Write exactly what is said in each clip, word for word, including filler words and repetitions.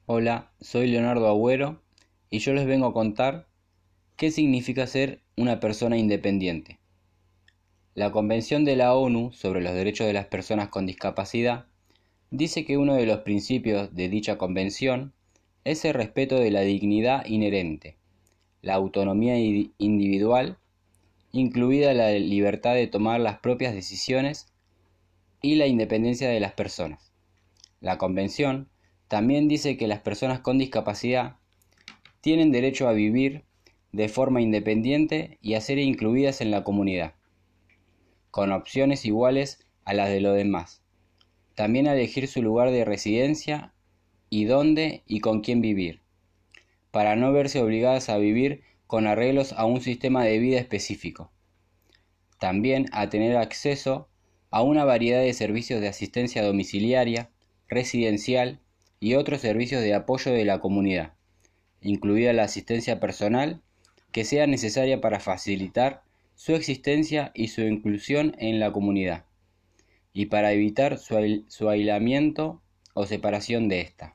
Hola, soy Leonardo Agüero y yo les vengo a contar qué significa ser una persona independiente. La Convención de la ONU sobre los Derechos de las Personas con Discapacidad dice que uno de los principios de dicha convención es el respeto de la dignidad inherente, la autonomía individual, incluida la libertad de tomar las propias decisiones y la independencia de las personas. La Convención también dice que las personas con discapacidad tienen derecho a vivir de forma independiente y a ser incluidas en la comunidad, con opciones iguales a las de los demás. También a elegir su lugar de residencia y dónde y con quién vivir, para no verse obligadas a vivir con arreglos a un sistema de vida específico. También a tener acceso a una variedad de servicios de asistencia domiciliaria, residencial y otros servicios de apoyo de la comunidad, incluida la asistencia personal que sea necesaria para facilitar su existencia y su inclusión en la comunidad, y para evitar su, su aislamiento o separación de ésta.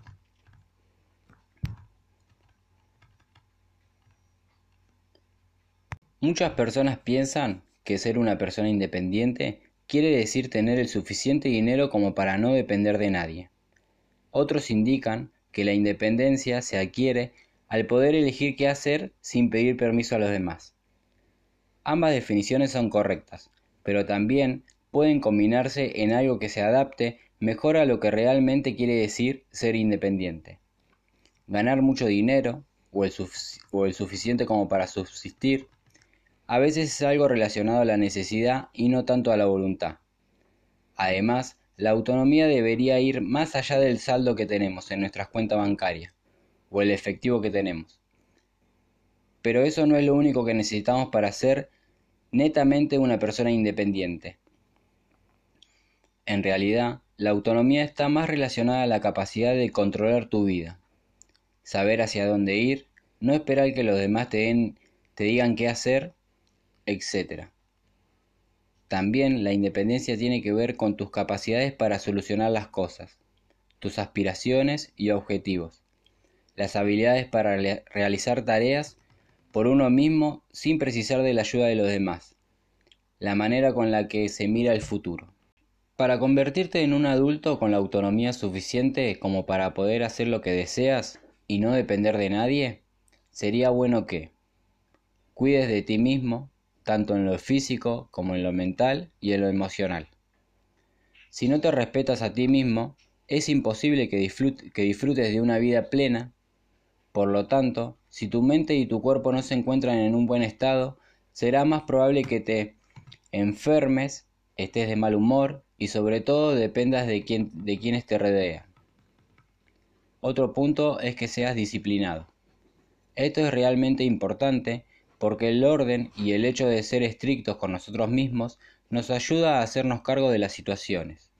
Muchas personas piensan que ser una persona independiente quiere decir tener el suficiente dinero como para no depender de nadie. Otros indican que la independencia se adquiere al poder elegir qué hacer sin pedir permiso a los demás. Ambas definiciones son correctas, pero también pueden combinarse en algo que se adapte mejor a lo que realmente quiere decir ser independiente. Ganar mucho dinero, o el, o el suficiente como para subsistir, a veces es algo relacionado a la necesidad y no tanto a la voluntad. Además, la autonomía debería ir más allá del saldo que tenemos en nuestras cuentas bancarias o el efectivo que tenemos. Pero eso no es lo único que necesitamos para ser netamente una persona independiente. En realidad, la autonomía está más relacionada a la capacidad de controlar tu vida, saber hacia dónde ir, no esperar que los demás te, den, te digan qué hacer, etcétera. También la independencia tiene que ver con tus capacidades para solucionar las cosas, tus aspiraciones y objetivos, las habilidades para re- realizar tareas por uno mismo sin precisar de la ayuda de los demás, la manera con la que se mira el futuro. Para convertirte en un adulto con la autonomía suficiente como para poder hacer lo que deseas y no depender de nadie, sería bueno que cuides de ti mismo, tanto en lo físico como en lo mental y en lo emocional. Si no te respetas a ti mismo, es imposible que, disfrut- que disfrutes de una vida plena. Por lo tanto, si tu mente y tu cuerpo no se encuentran en un buen estado, será más probable que te enfermes, estés de mal humor y sobre todo dependas de, quien, de quienes te rodean. Otro punto es que seas disciplinado. Esto es realmente importante porque el orden y el hecho de ser estrictos con nosotros mismos nos ayuda a hacernos cargo de las situaciones.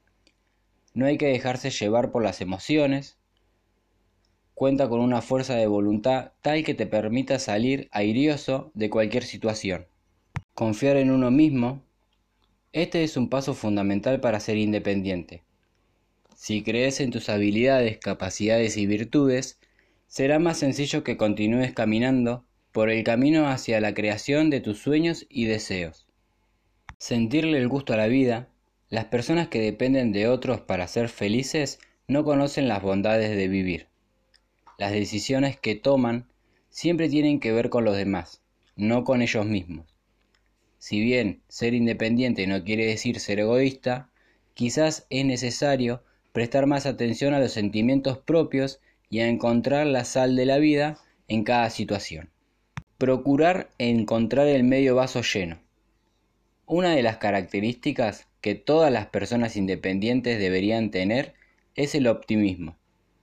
No hay que dejarse llevar por las emociones. Cuenta con una fuerza de voluntad tal que te permita salir airioso de cualquier situación. Confiar en uno mismo. Este es un paso fundamental para ser independiente. Si crees en tus habilidades, capacidades y virtudes, será más sencillo que continúes caminando por el camino hacia la creación de tus sueños y deseos. Sentirle el gusto a la vida. Las personas que dependen de otros para ser felices no conocen las bondades de vivir. Las decisiones que toman siempre tienen que ver con los demás, no con ellos mismos. Si bien ser independiente no quiere decir ser egoísta, quizás es necesario prestar más atención a los sentimientos propios y a encontrar la sal de la vida en cada situación. Procurar encontrar el medio vaso lleno. Una de las características que todas las personas independientes deberían tener es el optimismo.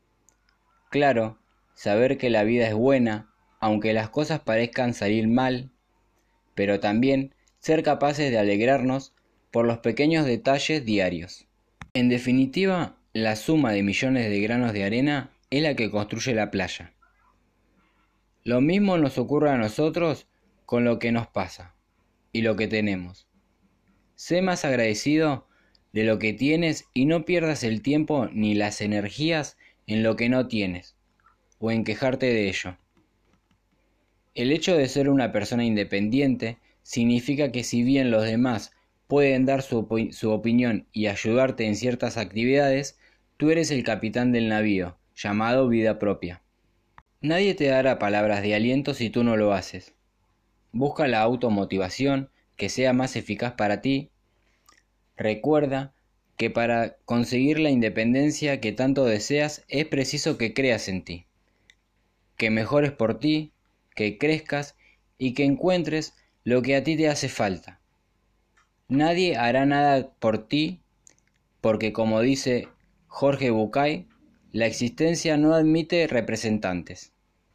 Claro, saber que la vida es buena, aunque las cosas parezcan salir mal, pero también ser capaces de alegrarnos por los pequeños detalles diarios. En definitiva, la suma de millones de granos de arena es la que construye la playa. Lo mismo nos ocurre a nosotros con lo que nos pasa y lo que tenemos. Sé más agradecido de lo que tienes y no pierdas el tiempo ni las energías en lo que no tienes o en quejarte de ello. El hecho de ser una persona independiente significa que si bien los demás pueden dar su, opi- su opinión y ayudarte en ciertas actividades, tú eres el capitán del navío, llamado vida propia. Nadie te dará palabras de aliento si tú no lo haces. Busca la automotivación que sea más eficaz para ti. Recuerda que para conseguir la independencia que tanto deseas es preciso que creas en ti, que mejores por ti, que crezcas y que encuentres lo que a ti te hace falta. Nadie hará nada por ti porque, como dice Jorge Bucay, la existencia no admite representantes.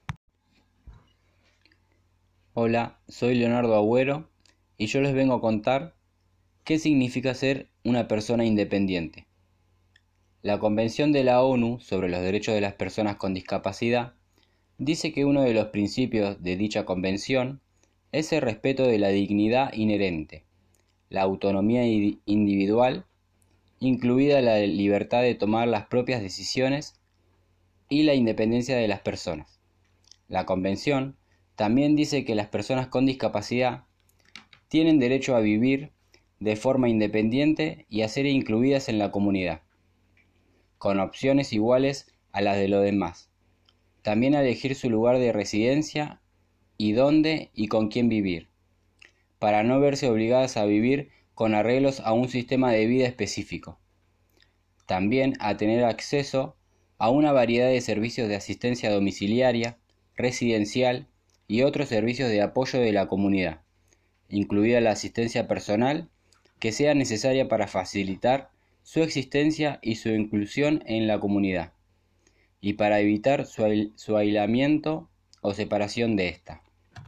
Hola, soy Leonardo Agüero y yo les vengo a contar qué significa ser una persona independiente. La Convención de la ONU sobre los Derechos de las Personas con Discapacidad dice que uno de los principios de dicha convención es el respeto de la dignidad inherente, la autonomía individual, incluida la libertad de tomar las propias decisiones y la independencia de las personas. La convención también dice que las personas con discapacidad tienen derecho a vivir de forma independiente y a ser incluidas en la comunidad, con opciones iguales a las de los demás. También a elegir su lugar de residencia y dónde y con quién vivir, para no verse obligadas a vivir con arreglos a un sistema de vida específico. También a tener acceso a una variedad de servicios de asistencia domiciliaria, residencial y otros servicios de apoyo de la comunidad, incluida la asistencia personal que sea necesaria para facilitar su existencia y su inclusión en la comunidad, y para evitar su, su aislamiento o separación de ésta.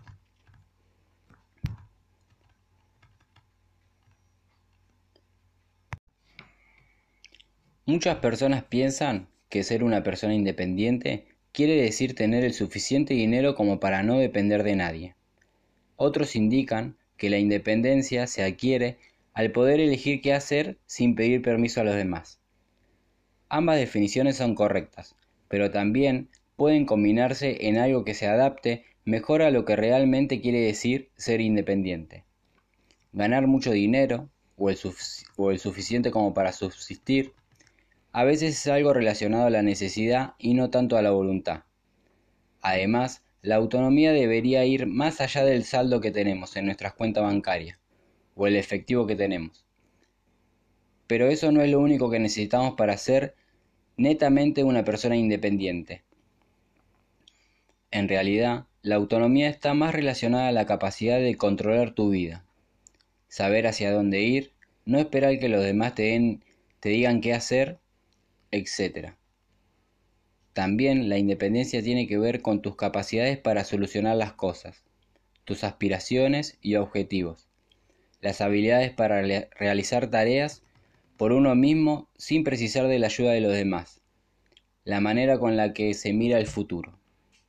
Muchas personas piensan que ser una persona independiente quiere decir tener el suficiente dinero como para no depender de nadie. Otros indican que la independencia se adquiere al poder elegir qué hacer sin pedir permiso a los demás. Ambas definiciones son correctas, pero también pueden combinarse en algo que se adapte mejor a lo que realmente quiere decir ser independiente. Ganar mucho dinero, o el, sufic- o el suficiente como para subsistir, a veces es algo relacionado a la necesidad y no tanto a la voluntad. Además, la autonomía debería ir más allá del saldo que tenemos en nuestras cuentas bancarias o el efectivo que tenemos. Pero eso no es lo único que necesitamos para ser netamente una persona independiente. En realidad, la autonomía está más relacionada a la capacidad de controlar tu vida, saber hacia dónde ir, no esperar que los demás te den, te digan qué hacer, etcétera. También la independencia tiene que ver con tus capacidades para solucionar las cosas, tus aspiraciones y objetivos, las habilidades para re- realizar tareas por uno mismo sin precisar de la ayuda de los demás, la manera con la que se mira el futuro.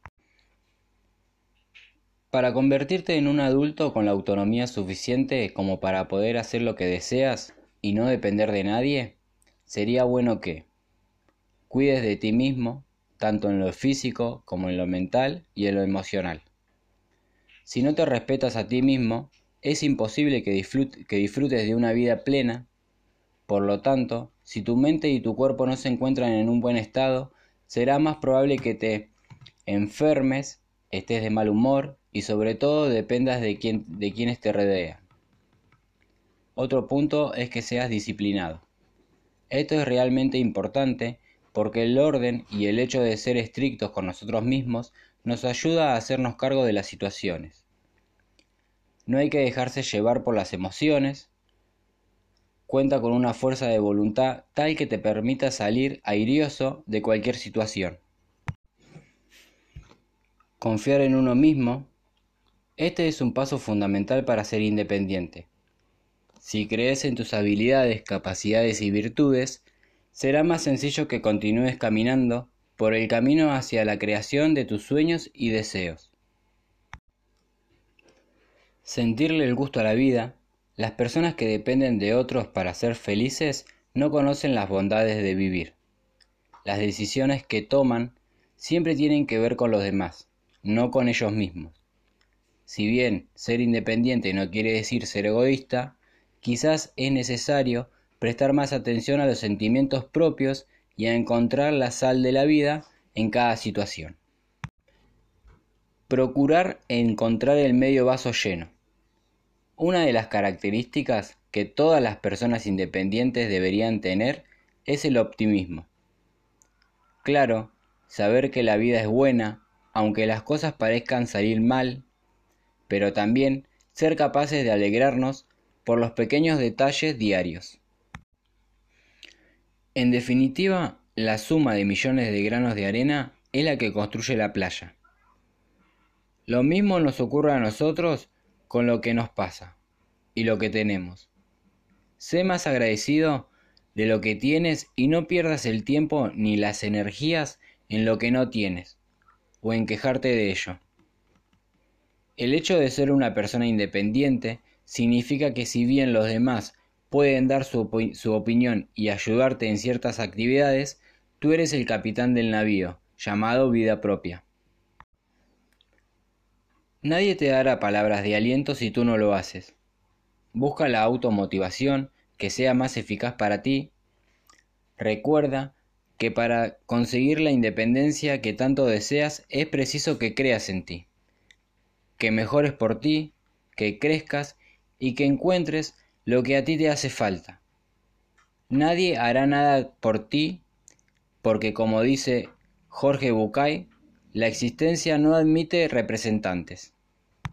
Para convertirte en un adulto con la autonomía suficiente como para poder hacer lo que deseas y no depender de nadie, sería bueno que cuides de ti mismo, tanto en lo físico como en lo mental y en lo emocional. Si no te respetas a ti mismo, es imposible que, disfrut- que disfrutes de una vida plena. Por lo tanto, si tu mente y tu cuerpo no se encuentran en un buen estado, será más probable que te enfermes, estés de mal humor y sobre todo dependas de, quien, de quienes te rodean. Otro punto es que seas disciplinado. Esto es realmente importante porque el orden y el hecho de ser estrictos con nosotros mismos nos ayuda a hacernos cargo de las situaciones. No hay que dejarse llevar por las emociones. Cuenta con una fuerza de voluntad tal que te permita salir airioso de cualquier situación. Confiar en uno mismo. Este es un paso fundamental para ser independiente. Si crees en tus habilidades, capacidades y virtudes, será más sencillo que continúes caminando por el camino hacia la creación de tus sueños y deseos. Sentirle el gusto a la vida. Las personas que dependen de otros para ser felices no conocen las bondades de vivir. las decisiones que toman siempre tienen que ver con los demás, no con ellos mismos. Si bien ser independiente no quiere decir ser egoísta, quizás es necesario prestar más atención a los sentimientos propios y a encontrar la sal de la vida en cada situación. Procurar encontrar el medio vaso lleno. Una de las características que todas las personas independientes deberían tener es el optimismo. Claro, saber que la vida es buena, aunque las cosas parezcan salir mal, pero también ser capaces de alegrarnos por los pequeños detalles diarios. En definitiva, la suma de millones de granos de arena es la que construye la playa. Lo mismo nos ocurre a nosotros con lo que nos pasa y lo que tenemos. Sé más agradecido de lo que tienes y no pierdas el tiempo ni las energías en lo que no tienes o en quejarte de ello. El hecho de ser una persona independiente significa que si bien los demás pueden dar su, opi- su opinión y ayudarte en ciertas actividades, tú eres el capitán del navío, llamado vida propia. Nadie te dará palabras de aliento si tú no lo haces. Busca la automotivación que sea más eficaz para ti. Recuerda que para conseguir la independencia que tanto deseas es preciso que creas en ti, que mejores por ti, que crezcas y que encuentres lo que a ti te hace falta. Nadie hará nada por ti porque, como dice Jorge Bucay, la existencia no admite representantes.